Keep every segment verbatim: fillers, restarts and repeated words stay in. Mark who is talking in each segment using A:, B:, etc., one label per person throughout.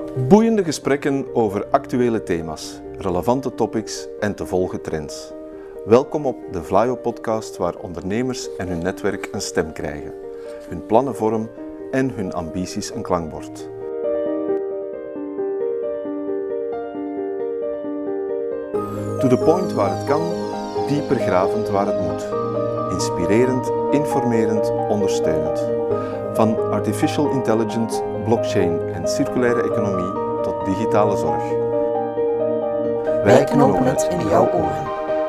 A: Boeiende gesprekken over actuele thema's, relevante topics en te volgen trends. Welkom op de Vlaio-podcast waar ondernemers en hun netwerk een stem krijgen, hun plannen vorm en hun ambities een klankbord. To the point waar het kan, dieper gravend waar het moet. Inspirerend, informerend, ondersteunend. Van artificial intelligence, blockchain en circulaire economie tot digitale zorg.
B: Wij knopen het in jouw oren.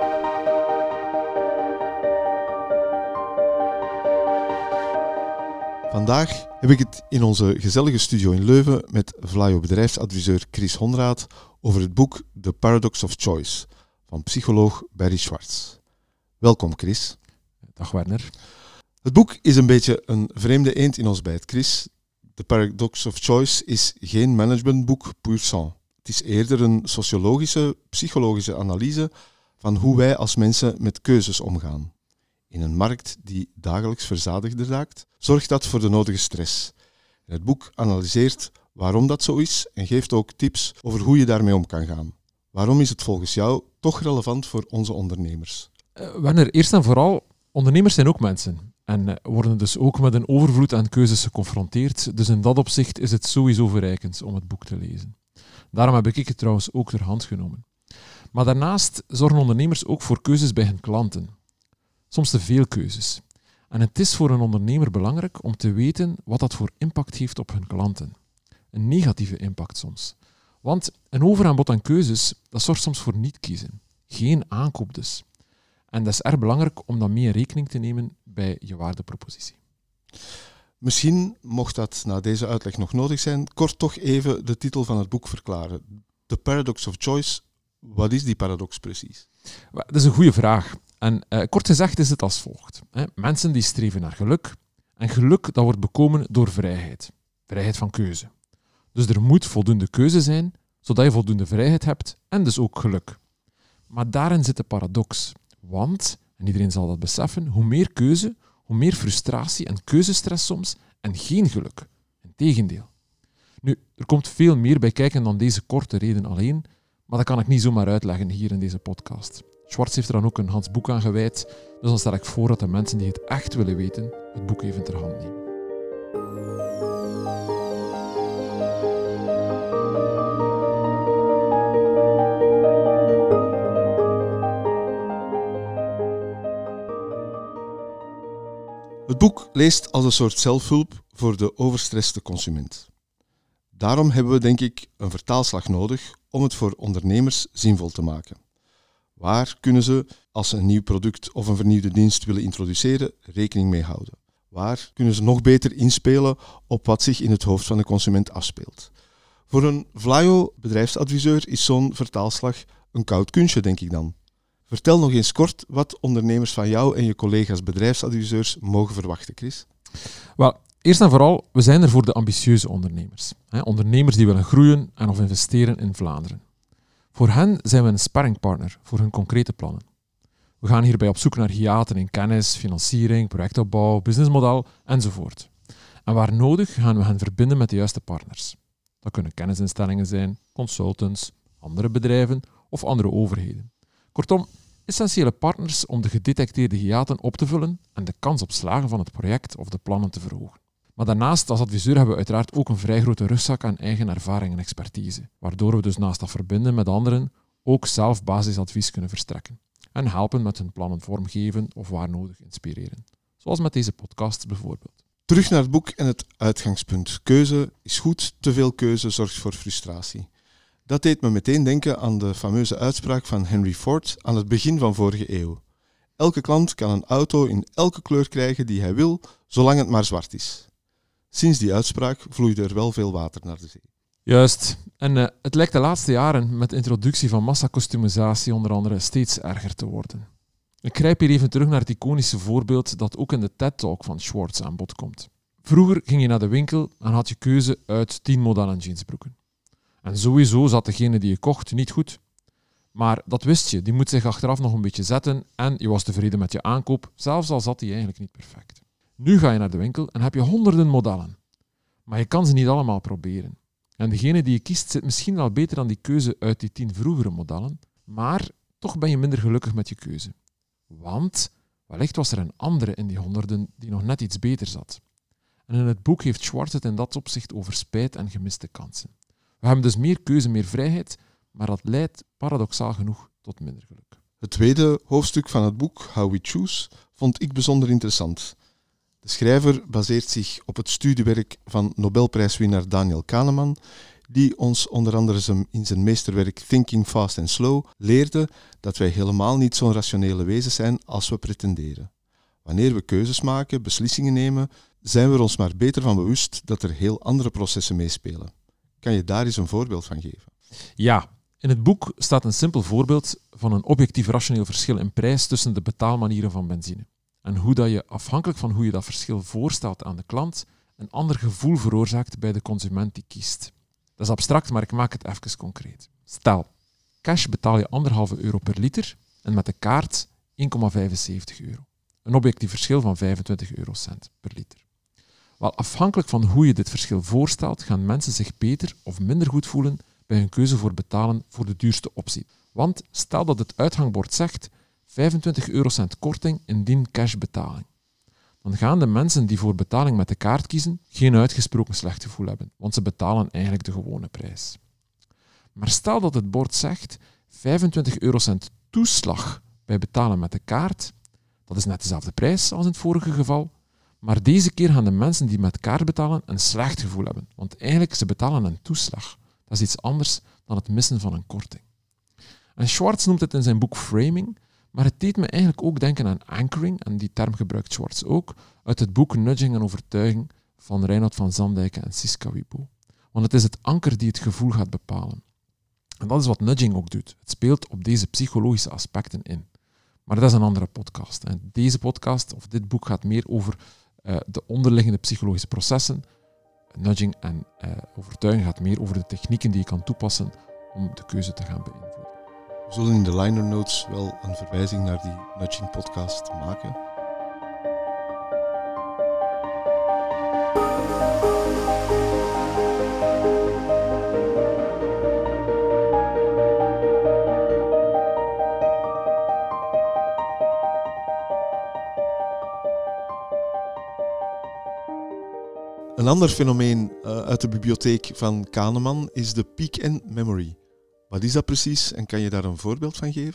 C: Vandaag heb ik het in onze gezellige studio in Leuven met Vlaio bedrijfsadviseur Chris Honraad over het boek The Paradox of Choice van psycholoog Barry Schwartz. Welkom Chris.
D: Dag Werner.
C: Het boek is een beetje een vreemde eend in ons bijt, Chris. The Paradox of Choice is geen managementboek pur sang. Het is eerder een sociologische, psychologische analyse van hoe wij als mensen met keuzes omgaan. In een markt die dagelijks verzadigder raakt, zorgt dat voor de nodige stress. En het boek analyseert waarom dat zo is en geeft ook tips over hoe je daarmee om kan gaan. Waarom is het volgens jou toch relevant voor onze ondernemers?
D: Uh, Werner, eerst en vooral, ondernemers zijn ook mensen. En uh, worden dus ook met een overvloed aan keuzes geconfronteerd. Dus in dat opzicht is het sowieso verrijkend om het boek te lezen. Daarom heb ik het trouwens ook ter hand genomen. Maar daarnaast zorgen ondernemers ook voor keuzes bij hun klanten. Soms te veel keuzes. En het is voor een ondernemer belangrijk om te weten wat dat voor impact heeft op hun klanten. Een negatieve impact soms. Want een overaanbod aan keuzes, dat zorgt soms voor niet kiezen. Geen aankoop dus. En dat is erg belangrijk om dat mee in rekening te nemen bij je waardepropositie.
C: Misschien, mocht dat na deze uitleg nog nodig zijn, kort toch even de titel van het boek verklaren. The Paradox of Choice, wat is die paradox precies?
D: Dat is een goede vraag. En uh, kort gezegd is het als volgt. Hè. Mensen die streven naar geluk. En geluk dat wordt bekomen door vrijheid. Vrijheid van keuze. Dus er moet voldoende keuze zijn, zodat je voldoende vrijheid hebt en dus ook geluk. Maar daarin zit de paradox. Want, en iedereen zal dat beseffen, hoe meer keuze, hoe meer frustratie en keuzestress soms en geen geluk. Integendeel. Nu, er komt veel meer bij kijken dan deze korte reden alleen, maar dat kan ik niet zomaar uitleggen hier in deze podcast. Schwartz heeft er dan ook een Hans boek aan gewijd, dus dan stel ik voor dat de mensen die het echt willen weten, het boek even ter hand nemen.
C: Het boek leest als een soort zelfhulp voor de overstresste consument. Daarom hebben we, denk ik, een vertaalslag nodig om het voor ondernemers zinvol te maken. Waar kunnen ze, als ze een nieuw product of een vernieuwde dienst willen introduceren, rekening mee houden? Waar kunnen ze nog beter inspelen op wat zich in het hoofd van de consument afspeelt? Voor een Vlaio bedrijfsadviseur is zo'n vertaalslag een koud kunstje, denk ik dan. Vertel nog eens kort wat ondernemers van jou en je collega's bedrijfsadviseurs mogen verwachten, Chris.
D: Wel, eerst en vooral, we zijn er voor de ambitieuze ondernemers. Hè, ondernemers die willen groeien en of investeren in Vlaanderen. Voor hen zijn we een sparringpartner voor hun concrete plannen. We gaan hierbij op zoek naar hiaten in kennis, financiering, projectopbouw, businessmodel enzovoort. En waar nodig gaan we hen verbinden met de juiste partners. Dat kunnen kennisinstellingen zijn, consultants, andere bedrijven of andere overheden. Kortom, essentiële partners om de gedetecteerde hiaten op te vullen en de kans op slagen van het project of de plannen te verhogen. Maar daarnaast, als adviseur, hebben we uiteraard ook een vrij grote rugzak aan eigen ervaring en expertise, waardoor we dus naast dat verbinden met anderen ook zelf basisadvies kunnen verstrekken en helpen met hun plannen vormgeven of waar nodig inspireren. Zoals met deze podcast bijvoorbeeld.
C: Terug naar het boek en het uitgangspunt. Keuze is goed, te veel keuze zorgt voor frustratie. Dat deed me meteen denken aan de fameuze uitspraak van Henry Ford aan het begin van vorige eeuw. Elke klant kan een auto in elke kleur krijgen die hij wil, zolang het maar zwart is. Sinds die uitspraak vloeide er wel veel water naar de zee.
D: Juist. En uh, het lijkt de laatste jaren met de introductie van massacustomisatie onder andere steeds erger te worden. Ik grijp hier even terug naar het iconische voorbeeld dat ook in de TED-talk van Schwartz aan bod komt. Vroeger ging je naar de winkel en had je keuze uit tien modellen jeansbroeken. En sowieso zat degene die je kocht niet goed. Maar dat wist je, die moet zich achteraf nog een beetje zetten en je was tevreden met je aankoop, zelfs al zat die eigenlijk niet perfect. Nu ga je naar de winkel en heb je honderden modellen. Maar je kan ze niet allemaal proberen. En degene die je kiest zit misschien wel beter dan die keuze uit die tien vroegere modellen, maar toch ben je minder gelukkig met je keuze. Want wellicht was er een andere in die honderden die nog net iets beter zat. En in het boek heeft Schwartz het in dat opzicht over spijt en gemiste kansen. We hebben dus meer keuze, meer vrijheid, maar dat leidt paradoxaal genoeg tot minder geluk.
C: Het tweede hoofdstuk van het boek, How We Choose, vond ik bijzonder interessant. De schrijver baseert zich op het studiewerk van Nobelprijswinnaar Daniel Kahneman, die ons onder andere in zijn meesterwerk Thinking Fast and Slow leerde dat wij helemaal niet zo'n rationele wezens zijn als we pretenderen. Wanneer we keuzes maken, beslissingen nemen, zijn we er ons maar beter van bewust dat er heel andere processen meespelen. Kan je daar eens een voorbeeld van geven?
D: Ja, in het boek staat een simpel voorbeeld van een objectief rationeel verschil in prijs tussen de betaalmanieren van benzine. En hoe dat je, afhankelijk van hoe je dat verschil voorstelt aan de klant, een ander gevoel veroorzaakt bij de consument die kiest. Dat is abstract, maar ik maak het even concreet. Stel, cash betaal je anderhalve euro per liter en met de kaart één komma vijfenzeventig euro. Een objectief verschil van vijfentwintig eurocent per liter. Wel, afhankelijk van hoe je dit verschil voorstelt, gaan mensen zich beter of minder goed voelen bij hun keuze voor betalen voor de duurste optie. Want stel dat het uithangbord zegt vijfentwintig eurocent korting indien cashbetaling. Dan gaan de mensen die voor betaling met de kaart kiezen geen uitgesproken slecht gevoel hebben, want ze betalen eigenlijk de gewone prijs. Maar stel dat het bord zegt vijfentwintig eurocent toeslag bij betalen met de kaart, dat is net dezelfde prijs als in het vorige geval, maar deze keer gaan de mensen die met kaart betalen een slecht gevoel hebben, want eigenlijk ze betalen een toeslag. Dat is iets anders dan het missen van een korting. En Schwartz noemt het in zijn boek Framing, maar het deed me eigenlijk ook denken aan anchoring, en die term gebruikt Schwartz ook, uit het boek Nudging en Overtuiging van Reinhard van Zandijke en Siska Wibo. Want het is het anker die het gevoel gaat bepalen. En dat is wat nudging ook doet. Het speelt op deze psychologische aspecten in. Maar dat is een andere podcast. En deze podcast, of dit boek, gaat meer over uh, de onderliggende psychologische processen. Nudging en uh, overtuiging gaat meer over de technieken die je kan toepassen om de keuze te gaan beïnvloeden.
C: We zullen in de liner notes wel een verwijzing naar die Nudging podcast maken. Een ander fenomeen uh, uit de bibliotheek van Kahneman is de peak-end memory. Wat is dat precies en kan je daar een voorbeeld van geven?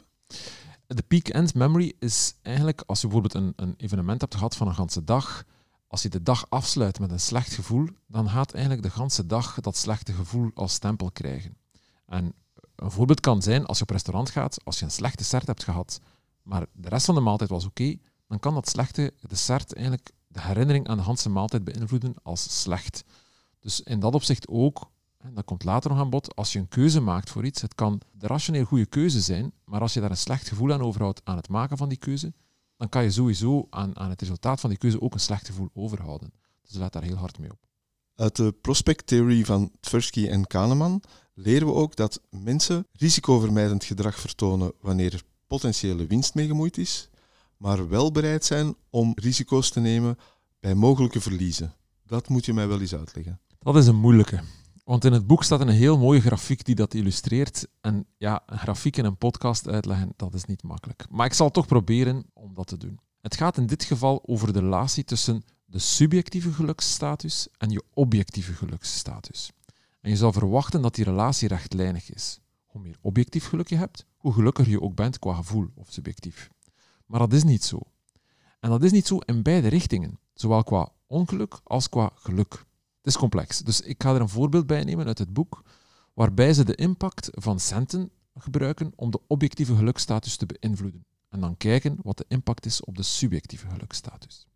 D: De peak-end memory is eigenlijk als je bijvoorbeeld een, een evenement hebt gehad van een ganse dag. Als je de dag afsluit met een slecht gevoel, dan gaat eigenlijk de ganse dag dat slechte gevoel als stempel krijgen. En een voorbeeld kan zijn als je op restaurant gaat, als je een slecht dessert hebt gehad, maar de rest van de maaltijd was oké, okay, dan kan dat slechte dessert eigenlijk de herinnering aan de ganse maaltijd beïnvloeden als slecht. Dus in dat opzicht ook, en dat komt later nog aan bod, als je een keuze maakt voor iets, het kan de rationeel goede keuze zijn, maar als je daar een slecht gevoel aan overhoudt aan het maken van die keuze, dan kan je sowieso aan, aan het resultaat van die keuze ook een slecht gevoel overhouden. Dus let daar heel hard mee op.
C: Uit de prospect theory van Tversky en Kahneman leren we ook dat mensen risicovermijdend gedrag vertonen wanneer er potentiële winst mee gemoeid is, maar wel bereid zijn om risico's te nemen bij mogelijke verliezen. Dat moet je mij wel eens uitleggen.
D: Dat is een moeilijke. Want in het boek staat een heel mooie grafiek die dat illustreert. En ja, een grafiek in een podcast uitleggen, dat is niet makkelijk. Maar ik zal toch proberen om dat te doen. Het gaat in dit geval over de relatie tussen de subjectieve geluksstatus en je objectieve geluksstatus. En je zou verwachten dat die relatie rechtlijnig is. Hoe meer objectief geluk je hebt, hoe gelukkiger je ook bent qua gevoel of subjectief. Maar dat is niet zo. En dat is niet zo in beide richtingen, zowel qua ongeluk als qua geluk. Het is complex, dus ik ga er een voorbeeld bij nemen uit het boek, waarbij ze de impact van centen gebruiken om de objectieve geluksstatus te beïnvloeden. En dan kijken wat de impact is op de subjectieve geluksstatus.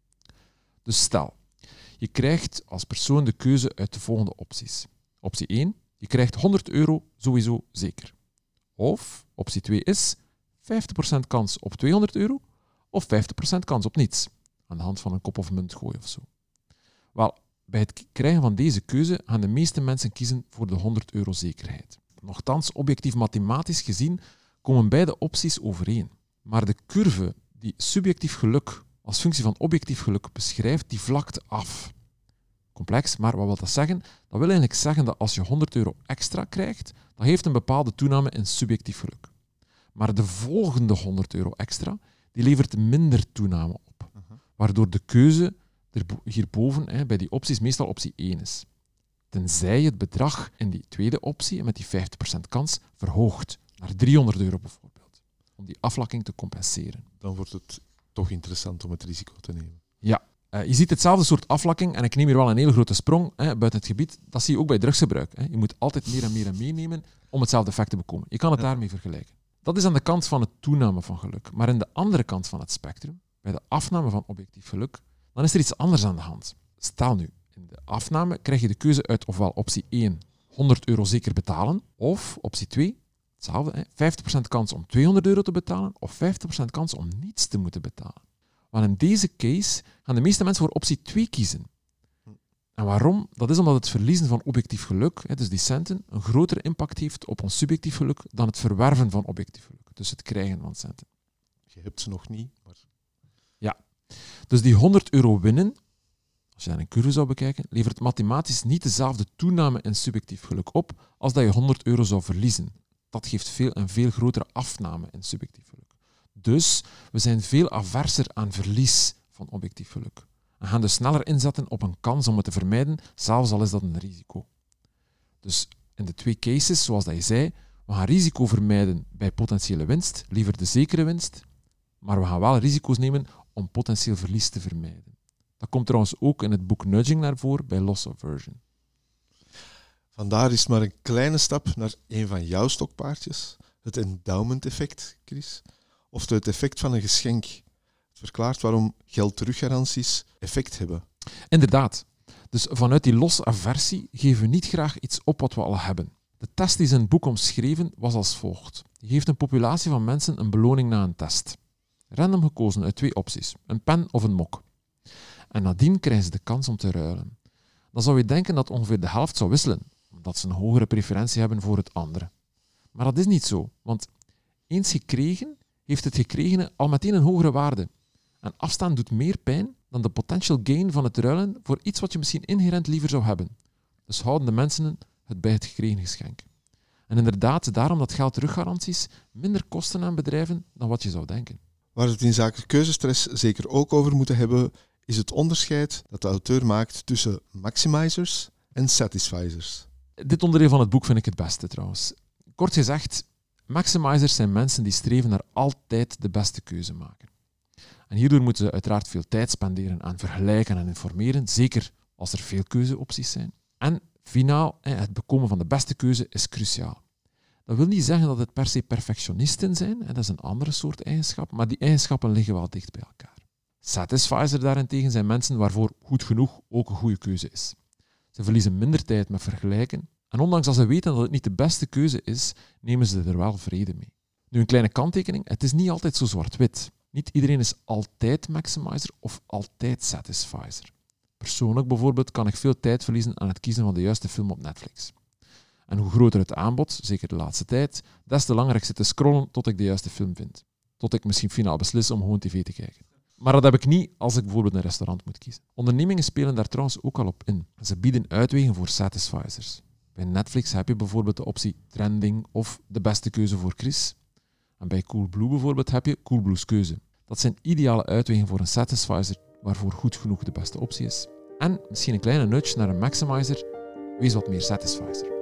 D: Dus stel, je krijgt als persoon de keuze uit de volgende opties. Optie één, je krijgt honderd euro sowieso zeker. Of optie twee is vijftig procent kans op tweehonderd euro of vijftig procent kans op niets. Aan de hand van een kop of munt gooien of zo. Wel, bij het krijgen van deze keuze gaan de meeste mensen kiezen voor de honderd euro zekerheid. Nochtans, objectief mathematisch gezien komen beide opties overeen. Maar de curve die subjectief geluk als functie van objectief geluk beschrijft, die vlakt af. complex, maar wat wil dat zeggen? Dat wil eigenlijk zeggen dat als je honderd euro extra krijgt, dat heeft een bepaalde toename in subjectief geluk. Maar de volgende honderd euro extra, die levert minder toename op. Uh-huh. Waardoor de keuze er hierboven hè, bij die opties meestal optie één is. Tenzij je het bedrag in die tweede optie met die vijftig procent kans verhoogt naar driehonderd euro bijvoorbeeld. Om die aflakking te compenseren.
C: Dan wordt het toch interessant om het risico te nemen.
D: Ja. Uh, je ziet hetzelfde soort aflakking, en ik neem hier wel een hele grote sprong hè, buiten het gebied. Dat zie je ook bij drugsgebruik. Hè. Je moet altijd meer en meer en meer nemen om hetzelfde effect te bekomen. Je kan het ja. daarmee vergelijken. Dat is aan de kant van het toename van geluk. Maar aan de andere kant van het spectrum, bij de afname van objectief geluk, dan is er iets anders aan de hand. Stel nu, in de afname krijg je de keuze uit ofwel optie één, honderd euro zeker betalen, of optie twee, hetzelfde, hè, vijftig procent kans om tweehonderd euro te betalen, of vijftig procent kans om niets te moeten betalen. Maar in deze case gaan de meeste mensen voor optie twee kiezen. En waarom? Dat is omdat het verliezen van objectief geluk, hè, dus die centen, een grotere impact heeft op ons subjectief geluk dan het verwerven van objectief geluk. Dus het krijgen van centen.
C: Je hebt ze nog niet, maar...
D: Ja. Dus die honderd euro winnen, als je dan een curve zou bekijken, levert mathematisch niet dezelfde toename in subjectief geluk op als dat je honderd euro zou verliezen. Dat geeft veel een veel grotere afname in subjectief geluk. Dus we zijn veel averser aan verlies van objectief geluk. En gaan dus sneller inzetten op een kans om het te vermijden, zelfs al is dat een risico. Dus in de twee cases, zoals dat je zei, we gaan risico vermijden bij potentiële winst, liever de zekere winst, maar we gaan wel risico's nemen om potentieel verlies te vermijden. Dat komt trouwens ook in het boek Nudging naar voren bij Loss Aversion.
C: Vandaar is maar een kleine stap naar een van jouw stokpaardjes, het endowment effect, Chris. Of het effect van een geschenk. Het verklaart waarom geld-teruggaranties effect hebben.
D: Inderdaad. Dus vanuit die losaversie geven we niet graag iets op wat we al hebben. De test die ze in het boek omschreven was als volgt. Je geeft een populatie van mensen een beloning na een test. Random gekozen uit twee opties. Een pen of een mok. En nadien krijgen ze de kans om te ruilen. Dan zou je denken dat ongeveer de helft zou wisselen, omdat ze een hogere preferentie hebben voor het andere. Maar dat is niet zo, want eens gekregen, heeft het gekregene al meteen een hogere waarde. En afstaan doet meer pijn dan de potential gain van het ruilen voor iets wat je misschien inherent liever zou hebben. Dus houden de mensen het bij het gekregen geschenk. En inderdaad, daarom dat geld-teruggaranties minder kosten aan bedrijven dan wat je zou denken.
C: Waar we het in zaken keuzestress zeker ook over moeten hebben, is het onderscheid dat de auteur maakt tussen maximizers en satisficers.
D: Dit onderdeel van het boek vind ik het beste trouwens. Kort gezegd, maximizers zijn mensen die streven naar altijd de beste keuze maken. En hierdoor moeten ze uiteraard veel tijd spenderen aan vergelijken en informeren, zeker als er veel keuzeopties zijn. En finaal, het bekomen van de beste keuze is cruciaal. Dat wil niet zeggen dat het per se perfectionisten zijn, dat is een andere soort eigenschap, maar die eigenschappen liggen wel dicht bij elkaar. Satisficer daarentegen zijn mensen waarvoor goed genoeg ook een goede keuze is. Ze verliezen minder tijd met vergelijken en ondanks dat ze weten dat het niet de beste keuze is, nemen ze er wel vrede mee. Nu een kleine kanttekening, het is niet altijd zo zwart-wit. Niet iedereen is altijd maximizer of altijd satisficer. Persoonlijk bijvoorbeeld kan ik veel tijd verliezen aan het kiezen van de juiste film op Netflix. En hoe groter het aanbod, zeker de laatste tijd, des te langer ik zit te scrollen tot ik de juiste film vind. Tot ik misschien finaal beslis om gewoon tv te kijken. Maar dat heb ik niet als ik bijvoorbeeld een restaurant moet kiezen. Ondernemingen spelen daar trouwens ook al op in. Ze bieden uitwegen voor satisficers. Bij Netflix heb je bijvoorbeeld de optie trending of de beste keuze voor Chris. En bij Coolblue bijvoorbeeld heb je Coolblue's keuze. Dat zijn ideale uitwegen voor een satisficer waarvoor goed genoeg de beste optie is. En misschien een kleine nudge naar een maximizer. Wees wat meer satisficer.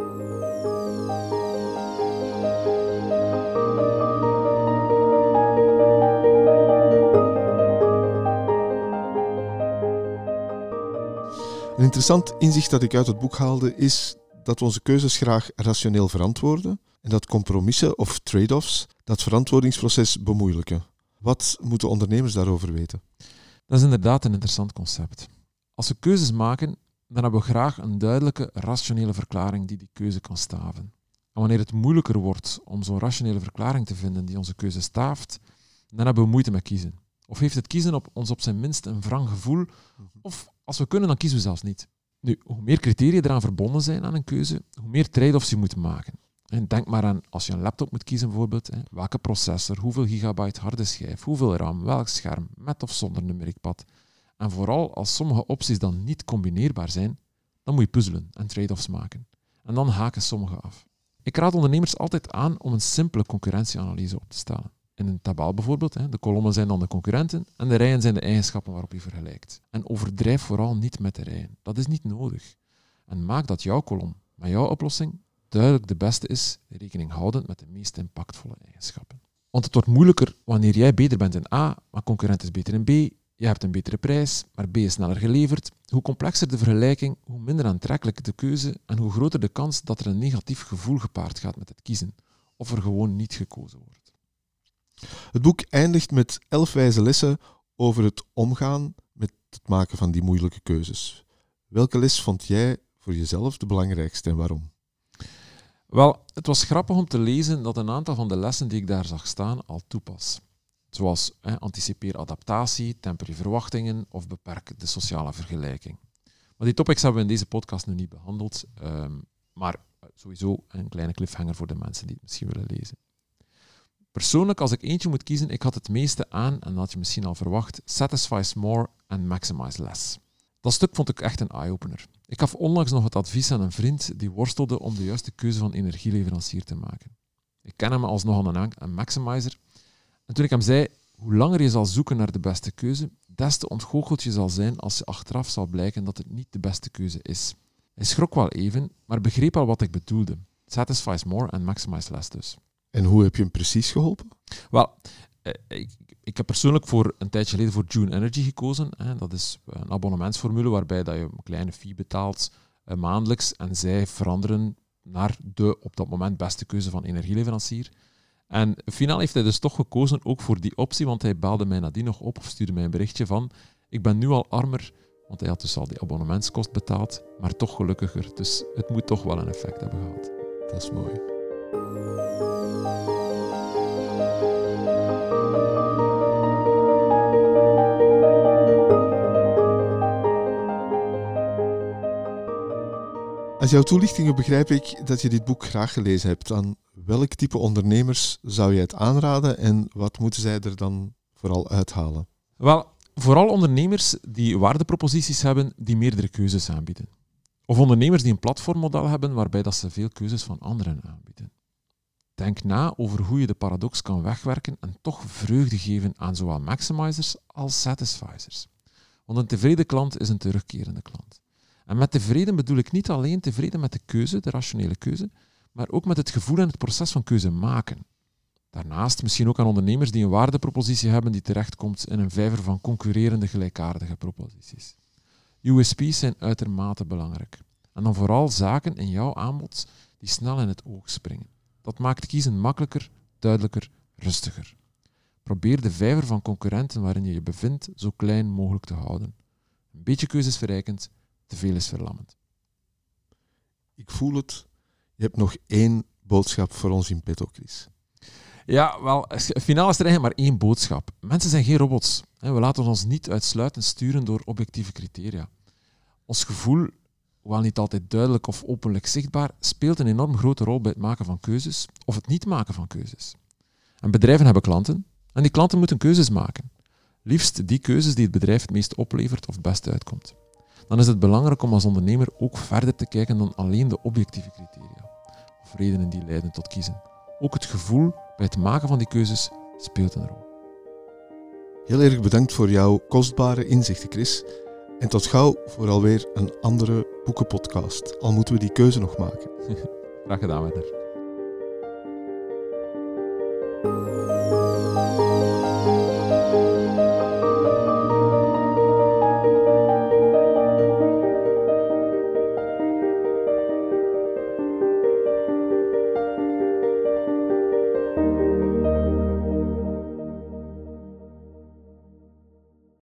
C: Een interessant inzicht dat ik uit het boek haalde is dat we onze keuzes graag rationeel verantwoorden en dat compromissen of trade-offs dat verantwoordingsproces bemoeilijken. Wat moeten ondernemers daarover weten?
D: Dat is inderdaad een interessant concept. Als we keuzes maken, dan hebben we graag een duidelijke, rationele verklaring die die keuze kan staven. En wanneer het moeilijker wordt om zo'n rationele verklaring te vinden die onze keuze staaft, dan hebben we moeite met kiezen. Of heeft het kiezen op ons op zijn minst een wrang gevoel, of als we kunnen, dan kiezen we zelfs niet. Nu, hoe meer criteria eraan verbonden zijn aan een keuze, hoe meer trade-offs je moet maken. En denk maar aan als je een laptop moet kiezen bijvoorbeeld, hè, welke processor, hoeveel gigabyte harde schijf, hoeveel RAM, welk scherm, met of zonder numeriek pad. En vooral als sommige opties dan niet combineerbaar zijn, dan moet je puzzelen en trade-offs maken. En dan haken sommige af. Ik raad ondernemers altijd aan om een simpele concurrentieanalyse op te stellen. In een tabel bijvoorbeeld, de kolommen zijn dan de concurrenten en de rijen zijn de eigenschappen waarop je vergelijkt. En overdrijf vooral niet met de rijen. Dat is niet nodig. En maak dat jouw kolom met jouw oplossing duidelijk de beste is, rekening houdend met de meest impactvolle eigenschappen. Want het wordt moeilijker wanneer jij beter bent in A, maar concurrent is beter in B. Je hebt een betere prijs, maar B is sneller geleverd. Hoe complexer de vergelijking, hoe minder aantrekkelijk de keuze en hoe groter de kans dat er een negatief gevoel gepaard gaat met het kiezen. Of er gewoon niet gekozen wordt.
C: Het boek eindigt met elf wijze lessen over het omgaan met het maken van die moeilijke keuzes. Welke les vond jij voor jezelf de belangrijkste en waarom?
D: Wel, het was grappig om te lezen dat een aantal van de lessen die ik daar zag staan al toepas. Zoals eh, anticipeer adaptatie, temper je verwachtingen of beperk de sociale vergelijking. Maar die topics hebben we in deze podcast nu niet behandeld, um, maar sowieso een kleine cliffhanger voor de mensen die het misschien willen lezen. Persoonlijk, als ik eentje moet kiezen, ik had het meeste aan, en dat had je misschien al verwacht, satisfies more and maximize less. Dat stuk vond ik echt een eye-opener. Ik gaf onlangs nog het advies aan een vriend die worstelde om de juiste keuze van energieleverancier te maken. Ik ken hem alsnog een, een maximizer. En toen ik hem zei, hoe langer je zal zoeken naar de beste keuze, des te ontgoocheld je zal zijn als je achteraf zal blijken dat het niet de beste keuze is. Hij schrok wel even, maar begreep al wat ik bedoelde. Satisfies more and maximize less dus.
C: En hoe heb je hem precies geholpen?
D: Wel, ik, ik heb persoonlijk voor een tijdje geleden voor June Energy gekozen. Dat is een abonnementsformule waarbij dat je een kleine fee betaalt maandelijks en zij veranderen naar de op dat moment beste keuze van energieleverancier. En finaal heeft hij dus toch gekozen ook voor die optie, want hij belde mij nadien nog op of stuurde mij een berichtje van ik ben nu al armer, want hij had dus al die abonnementskost betaald, maar toch gelukkiger. Dus het moet toch wel een effect hebben gehad.
C: Dat is mooi. Uit jouw toelichtingen begrijp ik dat je dit boek graag gelezen hebt. Aan welk type ondernemers zou je het aanraden en wat moeten zij er dan vooral uithalen?
D: Wel, vooral ondernemers die waardeproposities hebben die meerdere keuzes aanbieden. Of ondernemers die een platformmodel hebben waarbij dat ze veel keuzes van anderen aanbieden. Denk na over hoe je de paradox kan wegwerken en toch vreugde geven aan zowel maximizers als satisficers. Want een tevreden klant is een terugkerende klant. En met tevreden bedoel ik niet alleen tevreden met de keuze, de rationele keuze, maar ook met het gevoel en het proces van keuze maken. Daarnaast misschien ook aan ondernemers die een waardepropositie hebben die terechtkomt in een vijver van concurrerende gelijkaardige proposities. U S P's zijn uitermate belangrijk. En dan vooral zaken in jouw aanbod die snel in het oog springen. Dat maakt kiezen makkelijker, duidelijker, rustiger. Probeer de vijver van concurrenten waarin je je bevindt zo klein mogelijk te houden. Een beetje keuze is verrijkend, te veel is verlammend.
C: Ik voel het. Je hebt nog één boodschap voor ons in petto, Chris.
D: Ja, wel, finaal is er eigenlijk maar één boodschap. Mensen zijn geen robots. We laten ons niet uitsluitend sturen door objectieve criteria. Ons gevoel, hoewel niet altijd duidelijk of openlijk zichtbaar, speelt een enorm grote rol bij het maken van keuzes of het niet maken van keuzes. En bedrijven hebben klanten en die klanten moeten keuzes maken. Liefst die keuzes die het bedrijf het meest oplevert of het beste uitkomt. Dan is het belangrijk om als ondernemer ook verder te kijken dan alleen de objectieve criteria of redenen die leiden tot kiezen. Ook het gevoel bij het maken van die keuzes speelt een rol.
C: Heel erg bedankt voor jouw kostbare inzichten, Chris. En tot gauw voor alweer een andere boekenpodcast. Al moeten we die keuze nog maken.
D: Graag gedaan, Werner.